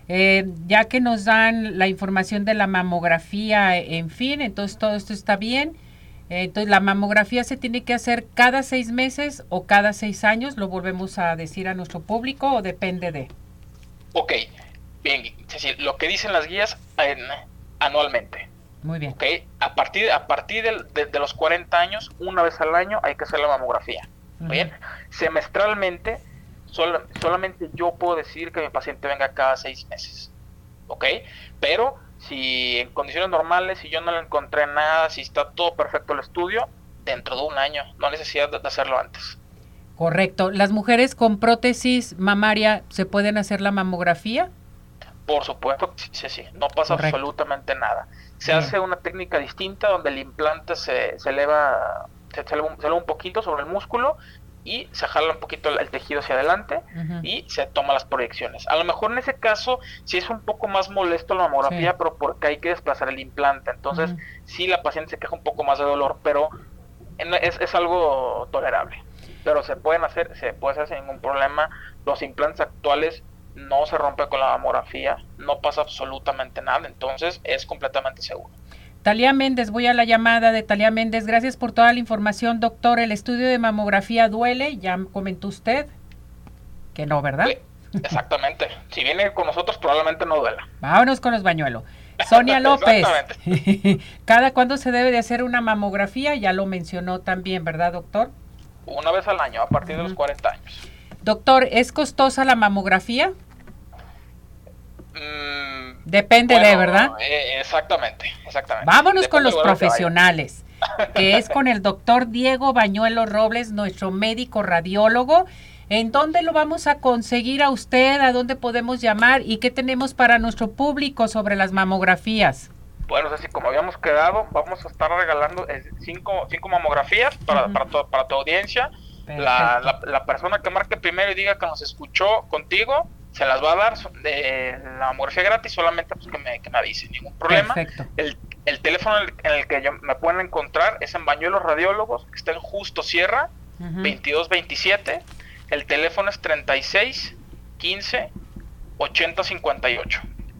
ya que nos dan la información de la mamografía, en fin, entonces todo esto está bien. Entonces, ¿la mamografía se tiene que hacer cada 6 meses o cada 6 años? ¿Lo volvemos a decir a nuestro público o depende de? Ok, bien, es decir, lo que dicen las guías anualmente. Muy bien. Ok, a partir de los 40 años, una vez al año hay que hacer la mamografía. Muy bien, semestralmente solamente yo puedo decir que mi paciente venga cada 6 meses, ¿ok? Pero si en condiciones normales, si yo no le encontré nada, si está todo perfecto el estudio, dentro de un año, no hay necesidad de hacerlo antes. Correcto. ¿Las mujeres con prótesis mamaria se pueden hacer la mamografía? Por supuesto, sí, no pasa absolutamente nada. Se hace una técnica distinta donde el implante se eleva un poquito sobre el músculo y se jala un poquito el tejido hacia adelante y se toma las proyecciones. A lo mejor en ese caso sí es un poco más molesto la mamografía, pero porque hay que desplazar el implante. Entonces sí la paciente se queja un poco más de dolor, pero es algo tolerable. Pero se puede hacer sin ningún problema. Los implantes actuales no se rompen con la mamografía, no pasa absolutamente nada, entonces es completamente seguro. Talía Méndez, voy a la llamada de Talía Méndez. Gracias por toda la información, doctor. ¿El estudio de mamografía duele? Ya comentó usted que no, ¿verdad? Sí, exactamente. Si viene con nosotros probablemente no duela. Vámonos con los bañuelos. Sonia López, ¿cada cuándo se debe de hacer una mamografía? Ya lo mencionó también, ¿verdad, doctor? Una vez al año, a partir de los 40 años. Doctor, ¿es costosa la mamografía? Depende de, ¿verdad? Exactamente. Vámonos con los profesionales, que es con el doctor Diego Bañuelos Robles, nuestro médico radiólogo. ¿En dónde lo vamos a conseguir a usted? ¿A dónde podemos llamar? ¿Y qué tenemos para nuestro público sobre las mamografías? Bueno, así como habíamos quedado, vamos a estar regalando 5 mamografías para tu audiencia. La persona que marque primero y diga que nos escuchó contigo, se las va a dar la mamografía gratis, solamente pues, que me avise, ningún problema. Perfecto. El teléfono en el que me pueden encontrar es en Bañuelos Radiólogos, que está en Justo Sierra, 2227. El teléfono es 36 15 80 58.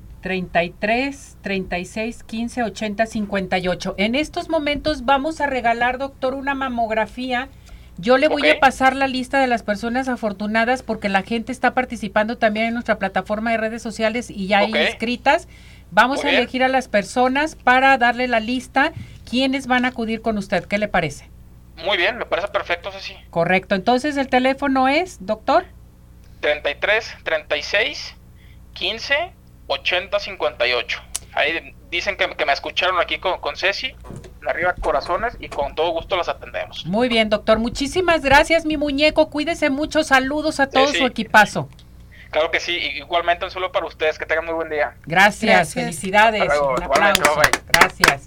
33 36 15 80 58. En estos momentos vamos a regalar, doctor, una mamografía. Yo le voy a pasar la lista de las personas afortunadas porque la gente está participando también en nuestra plataforma de redes sociales y ya hay inscritas. Vamos a elegir a las personas para darle la lista. ¿Quiénes van a acudir con usted? ¿Qué le parece? Muy bien, me parece perfecto, Ceci. Correcto. Entonces, ¿el teléfono es, doctor? 33 36 15 80 58. Ahí dicen que me escucharon aquí con Ceci, arriba corazones, y con todo gusto las atendemos. Muy bien, doctor. Muchísimas gracias, mi muñeco. Cuídese mucho. Saludos a todo su equipazo. Claro que sí. Igualmente un saludo para ustedes. Que tengan muy buen día. Gracias. Felicidades. Un aplauso. Gracias.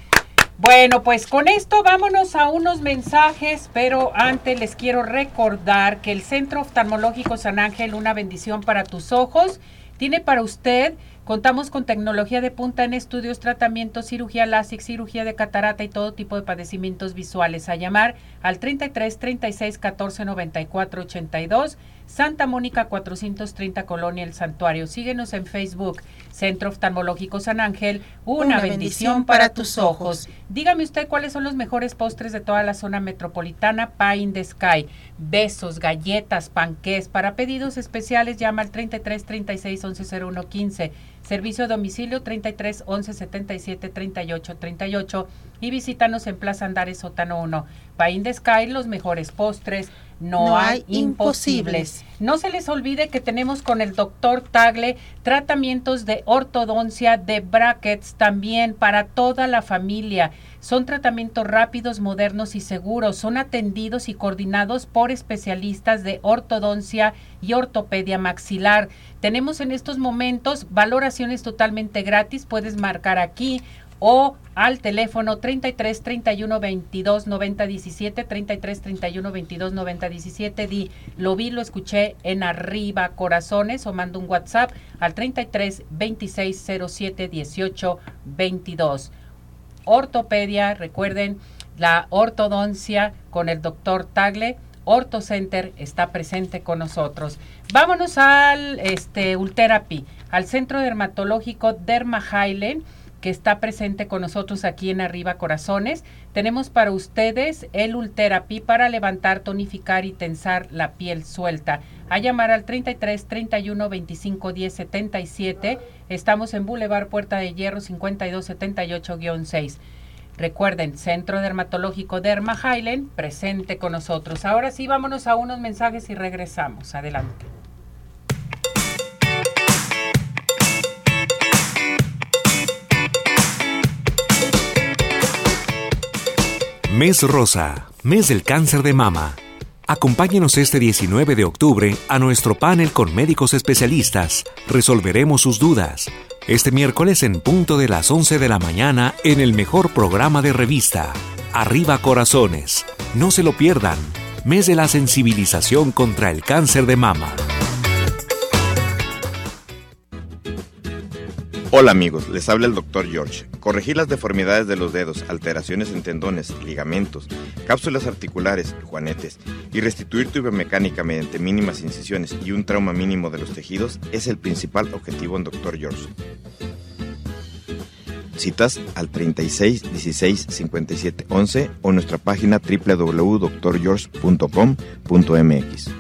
Bueno, pues con esto vámonos a unos mensajes, pero antes les quiero recordar que el Centro Oftalmológico San Ángel, una bendición para tus ojos, tiene para usted, contamos con tecnología de punta en estudios, tratamientos, cirugía láser, cirugía de catarata y todo tipo de padecimientos visuales. A llamar al 33 36 14 94 82, Santa Mónica 430, Colonia El Santuario. Síguenos en Facebook, Centro Oftalmológico San Ángel, una bendición para tus ojos. Dígame usted cuáles son los mejores postres de toda la zona metropolitana. Pie in the Sky, besos, galletas, panqués. Para pedidos especiales llama al 33 36 11 01 15. Servicio a domicilio 33 11 77 38 38 y visítanos en Plaza Andares Sótano 1. Pie in the Sky, los mejores postres, no hay imposibles. No se les olvide que tenemos con el doctor Tagle tratamientos de ortodoncia, de brackets también para toda la familia. Son tratamientos rápidos, modernos y seguros. Son atendidos y coordinados por especialistas de ortodoncia y ortopedia maxilar. Tenemos en estos momentos valoraciones totalmente gratis. Puedes marcar aquí o al teléfono 33 31 22 90 17, 33 31 22 90 17. Di, lo vi, lo escuché en Arriba Corazones, o manda un WhatsApp al 33 26 07 18 22. Ortopedia, recuerden, la ortodoncia con el doctor Tagle. OrtoCenter está presente con nosotros. Vámonos al Ultherapy, al Centro Dermatológico Derma Highland, que está presente con nosotros aquí en Arriba Corazones. Tenemos para ustedes el Ultherapy para levantar, tonificar y tensar la piel suelta. A llamar al 33 31 25 10 77. Estamos en Boulevard Puerta de Hierro 5278-6. Recuerden, Centro Dermatológico Derma Highland, presente con nosotros. Ahora sí, vámonos a unos mensajes y regresamos. Adelante. Mes Rosa, mes del cáncer de mama. Acompáñenos este 19 de octubre a nuestro panel con médicos especialistas. Resolveremos sus dudas. Este miércoles en punto de las 11 de la mañana en el mejor programa de revista, Arriba Corazones. No se lo pierdan. Mes de la sensibilización contra el cáncer de mama. Hola amigos, les habla el Dr. George. Corregir las deformidades de los dedos, alteraciones en tendones, ligamentos, cápsulas articulares, juanetes y restituir tu biomecánica mediante mínimas incisiones y un trauma mínimo de los tejidos es el principal objetivo en Dr. George. Citas al 36 16 57 11 o nuestra página www.drgeorge.com.mx.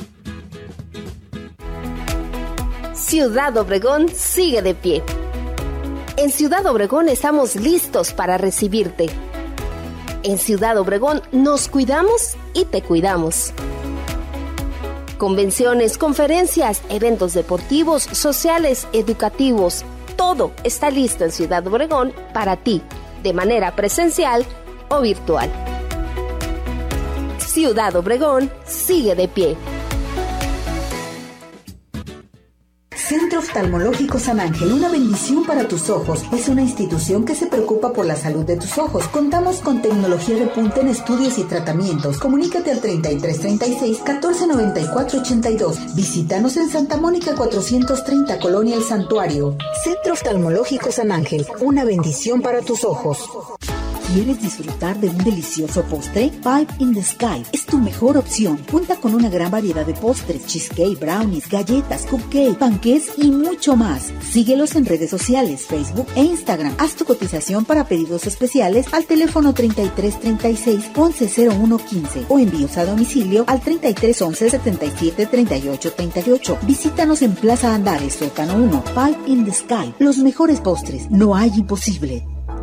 Ciudad Obregón sigue de pie. En Ciudad Obregón estamos listos para recibirte. En Ciudad Obregón nos cuidamos y te cuidamos. Convenciones, conferencias, eventos deportivos, sociales, educativos, todo está listo en Ciudad Obregón para ti, de manera presencial o virtual. Ciudad Obregón sigue de pie. Centro Oftalmológico San Ángel, una bendición para tus ojos. Es una institución que se preocupa por la salud de tus ojos. Contamos con tecnología de punta en estudios y tratamientos. Comunícate al 3336 1494 82. Visítanos en Santa Mónica 430, Colonia El Santuario. Centro Oftalmológico San Ángel, una bendición para tus ojos. ¿Quieres disfrutar de un delicioso postre? Pipe in the Sky es tu mejor opción. Cuenta con una gran variedad de postres, cheesecake, brownies, galletas, cupcake, panqués y mucho más. Síguelos en redes sociales, Facebook e Instagram. Haz tu cotización para pedidos especiales al teléfono 3336 110115 o envíos a domicilio al 3311 77 38 38. Visítanos en Plaza Andares, Sótano 1. Pipe in the Sky. Los mejores postres. No hay imposible.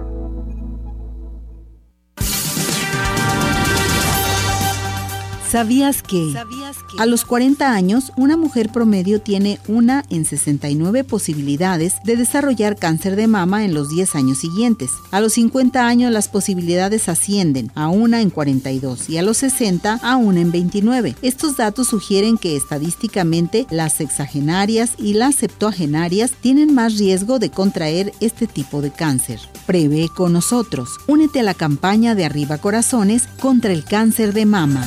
¿Sabías que a los 40 años una mujer promedio tiene una en 69 posibilidades de desarrollar cáncer de mama en los 10 años siguientes? A los 50 años las posibilidades ascienden a una en 42 y a los 60 a una en 29. Estos datos sugieren que estadísticamente las sexagenarias y las septuagenarias tienen más riesgo de contraer este tipo de cáncer. Prevé con nosotros. Únete a la campaña de Arriba Corazones contra el cáncer de mama.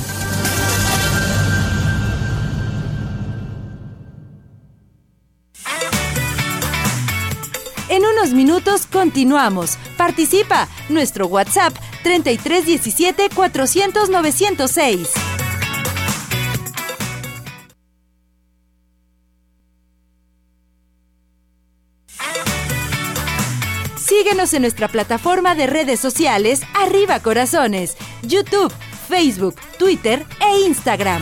En unos minutos continuamos. Participa. Nuestro WhatsApp 3317 400 906. Síguenos en nuestra plataforma de redes sociales Arriba Corazones, YouTube, Facebook, Twitter e Instagram.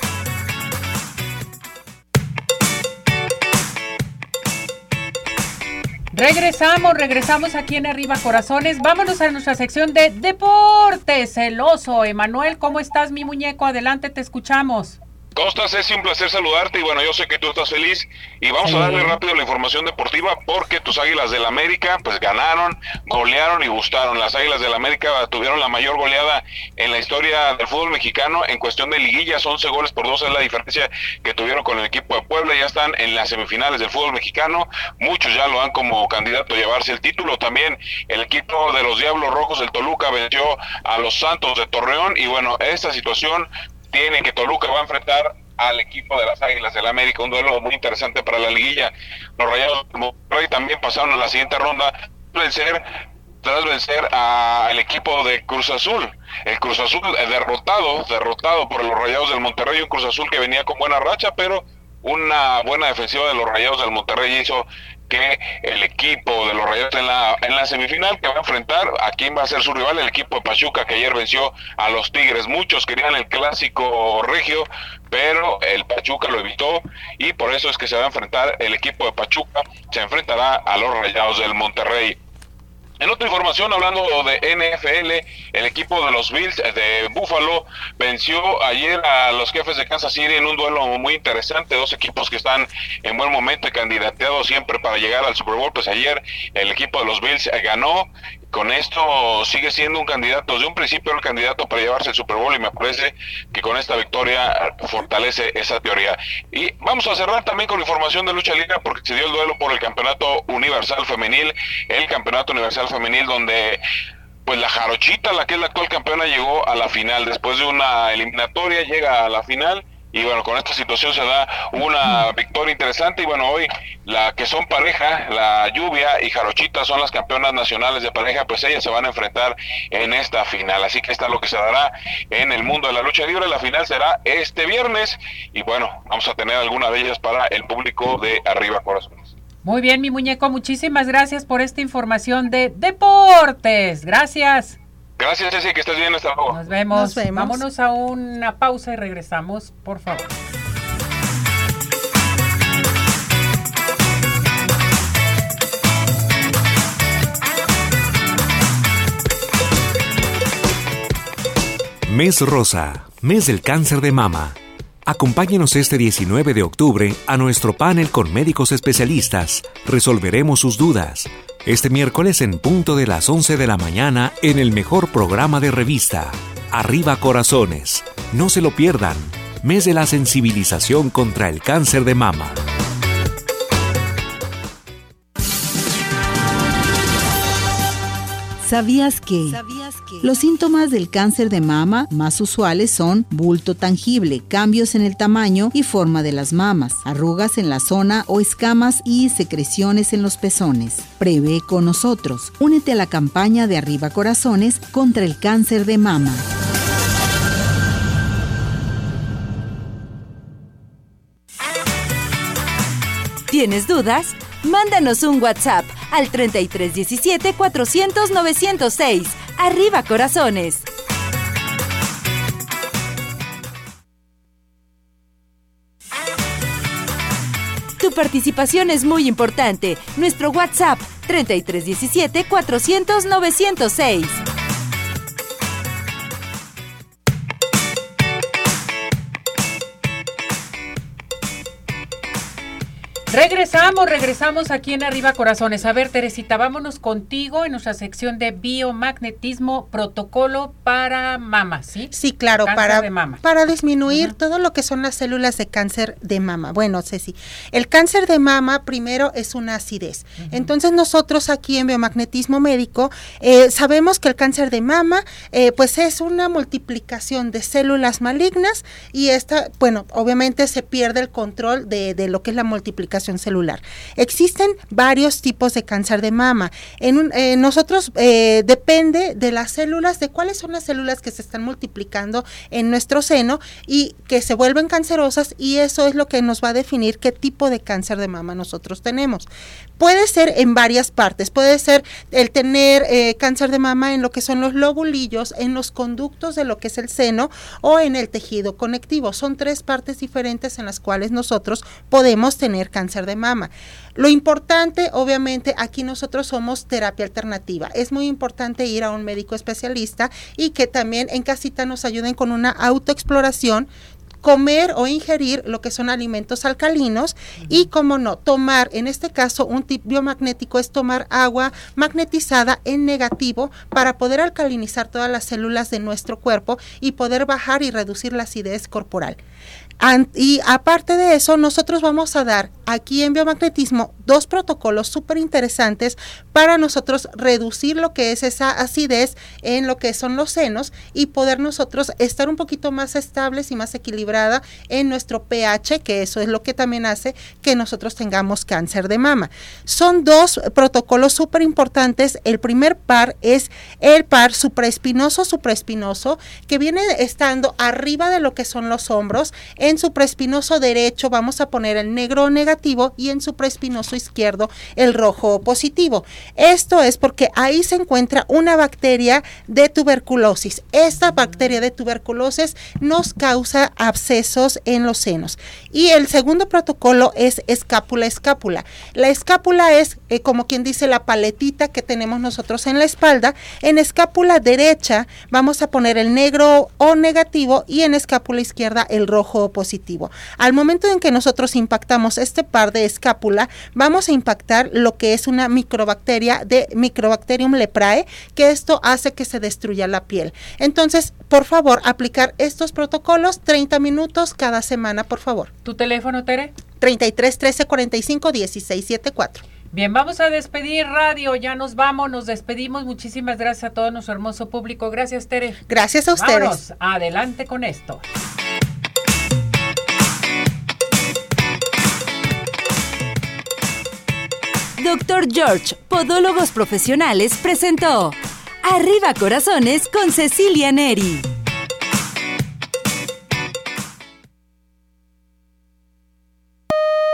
Regresamos aquí en Arriba Corazones. Vámonos a nuestra sección de deportes. El oso. Emanuel, ¿cómo estás, mi muñeco? Adelante, te escuchamos. ¿Cómo estás, Ceci? Un placer saludarte y bueno, yo sé que tú estás feliz y vamos a darle rápido la información deportiva porque tus Águilas del América pues ganaron, golearon y gustaron. Las Águilas del América tuvieron la mayor goleada en la historia del fútbol mexicano en cuestión de liguillas, 11 goles por 2 es la diferencia que tuvieron con el equipo de Puebla. Ya están en las semifinales del fútbol mexicano, muchos ya lo dan como candidato a llevarse el título. También el equipo de los Diablos Rojos, el Toluca, venció a los Santos de Torreón y bueno, esta situación tiene que Toluca va a enfrentar al equipo de las Águilas del América, un duelo muy interesante para la liguilla. Los Rayados de Monterrey también pasaron a la siguiente ronda tras vencer al equipo de Cruz Azul. El Cruz Azul derrotado por los Rayados del Monterrey, un Cruz Azul que venía con buena racha, pero una buena defensiva de los Rayados del Monterrey hizo que el equipo de los Rayados en la semifinal que va a enfrentar a quién va a ser su rival, el equipo de Pachuca, que ayer venció a los Tigres. Muchos querían el clásico regio, pero el Pachuca lo evitó y por eso es que se va a enfrentar el equipo de Pachuca, se enfrentará a los Rayados del Monterrey. En otra información, hablando de NFL, el equipo de los Bills de Buffalo venció ayer a los Jefes de Kansas City en un duelo muy interesante, dos equipos que están en buen momento y candidateados siempre para llegar al Super Bowl. Pues ayer el equipo de los Bills ganó. Con esto sigue siendo un candidato, desde un principio el candidato para llevarse el Super Bowl, y me parece que con esta victoria fortalece esa teoría. Y vamos a cerrar también con información de lucha libre, porque se dio el duelo por el Campeonato Universal Femenil, donde pues la Jarochita, la que es la actual campeona, llegó a la final, después de una eliminatoria llega a la final. Y bueno, con esta situación se da una victoria interesante. Y bueno, hoy la que son pareja, la Lluvia y Jarochita, son las campeonas nacionales de pareja, pues ellas se van a enfrentar en esta final. Así que está lo que se dará en el mundo de la lucha libre. La final será este viernes y bueno, vamos a tener alguna de ellas para el público de Arriba Corazones. Muy bien, mi muñeco, muchísimas gracias por esta información de deportes. Gracias. Gracias, Ceci, que estés bien, hasta luego. Nos vemos. Vámonos a una pausa y regresamos, por favor. Mes Rosa, mes del cáncer de mama. Acompáñenos este 19 de octubre a nuestro panel con médicos especialistas. Resolveremos sus dudas. Este miércoles en punto de las 11 de la mañana en el mejor programa de revista, Arriba Corazones. No se lo pierdan. Mes de la sensibilización contra el cáncer de mama. ¿Sabías que los síntomas del cáncer de mama más usuales son bulto tangible, cambios en el tamaño y forma de las mamas, arrugas en la zona o escamas y secreciones en los pezones? Prevé con nosotros. Únete a la campaña de Arriba Corazones contra el cáncer de mama. ¿Tienes dudas? Mándanos un WhatsApp al 3317 400 906. Arriba Corazones. Tu participación es muy importante. Nuestro WhatsApp 3317 400 906. Regresamos aquí en Arriba Corazones. A ver, Teresita, vámonos contigo en nuestra sección de biomagnetismo, protocolo para mama, ¿sí? Sí, claro, cáncer de mama. Para disminuir todo lo que son las células de cáncer de mama. Bueno, Ceci, el cáncer de mama primero es una acidez. Entonces nosotros aquí en biomagnetismo médico sabemos que el cáncer de mama pues es una multiplicación de células malignas y esta, bueno, obviamente se pierde el control de lo que es la multiplicación celular. Existen varios tipos de cáncer de mama. Nosotros depende de las células, de cuáles son las células que se están multiplicando en nuestro seno y que se vuelven cancerosas, y eso es lo que nos va a definir qué tipo de cáncer de mama nosotros tenemos. Puede ser en varias partes, puede ser el tener cáncer de mama en lo que son los lobulillos, en los conductos de lo que es el seno o en el tejido conectivo. Son tres partes diferentes en las cuales nosotros podemos tener cáncer de mama. Lo importante, obviamente, aquí nosotros somos terapia alternativa. Es muy importante ir a un médico especialista y que también en casita nos ayuden con una autoexploración, comer o ingerir lo que son alimentos alcalinos y, como no, tomar, en este caso, un tip biomagnético es tomar agua magnetizada en negativo para poder alcalinizar todas las células de nuestro cuerpo y poder bajar y reducir la acidez corporal. Y aparte de eso, nosotros vamos a dar aquí en biomagnetismo 2 protocolos súper interesantes para nosotros reducir lo que es esa acidez en lo que son los senos y poder nosotros estar un poquito más estables y más equilibrada en nuestro pH, que eso es lo que también hace que nosotros tengamos cáncer de mama. Son 2 protocolos súper importantes. El primer par es el par supraespinoso, que viene estando arriba de lo que son los hombros. En supraespinoso derecho vamos a poner el negro negativo negativo y en supraespinoso izquierdo el rojo positivo. Esto es porque ahí se encuentra una bacteria de tuberculosis. Esta bacteria de tuberculosis nos causa abscesos en los senos. Y el segundo protocolo es escápula-escápula. La escápula es como quien dice la paletita que tenemos nosotros en la espalda. En escápula derecha vamos a poner el negro O negativo y en escápula izquierda el rojo positivo. Al momento en que nosotros impactamos este par de escápula, vamos a impactar lo que es una microbacteria de Microbacterium leprae, que esto hace que se destruya la piel. Entonces, por favor, aplicar estos protocolos 30 minutos cada semana, por favor. ¿Tu teléfono, Tere? 33 13 45 16 74. Bien, vamos a despedir radio, ya nos vamos, nos despedimos. Muchísimas gracias a todo nuestro hermoso público. Gracias, Tere. Gracias a ustedes. Vámonos, adelante con esto. Dr. George, Podólogos Profesionales, presentó Arriba Corazones con Cecilia Neri.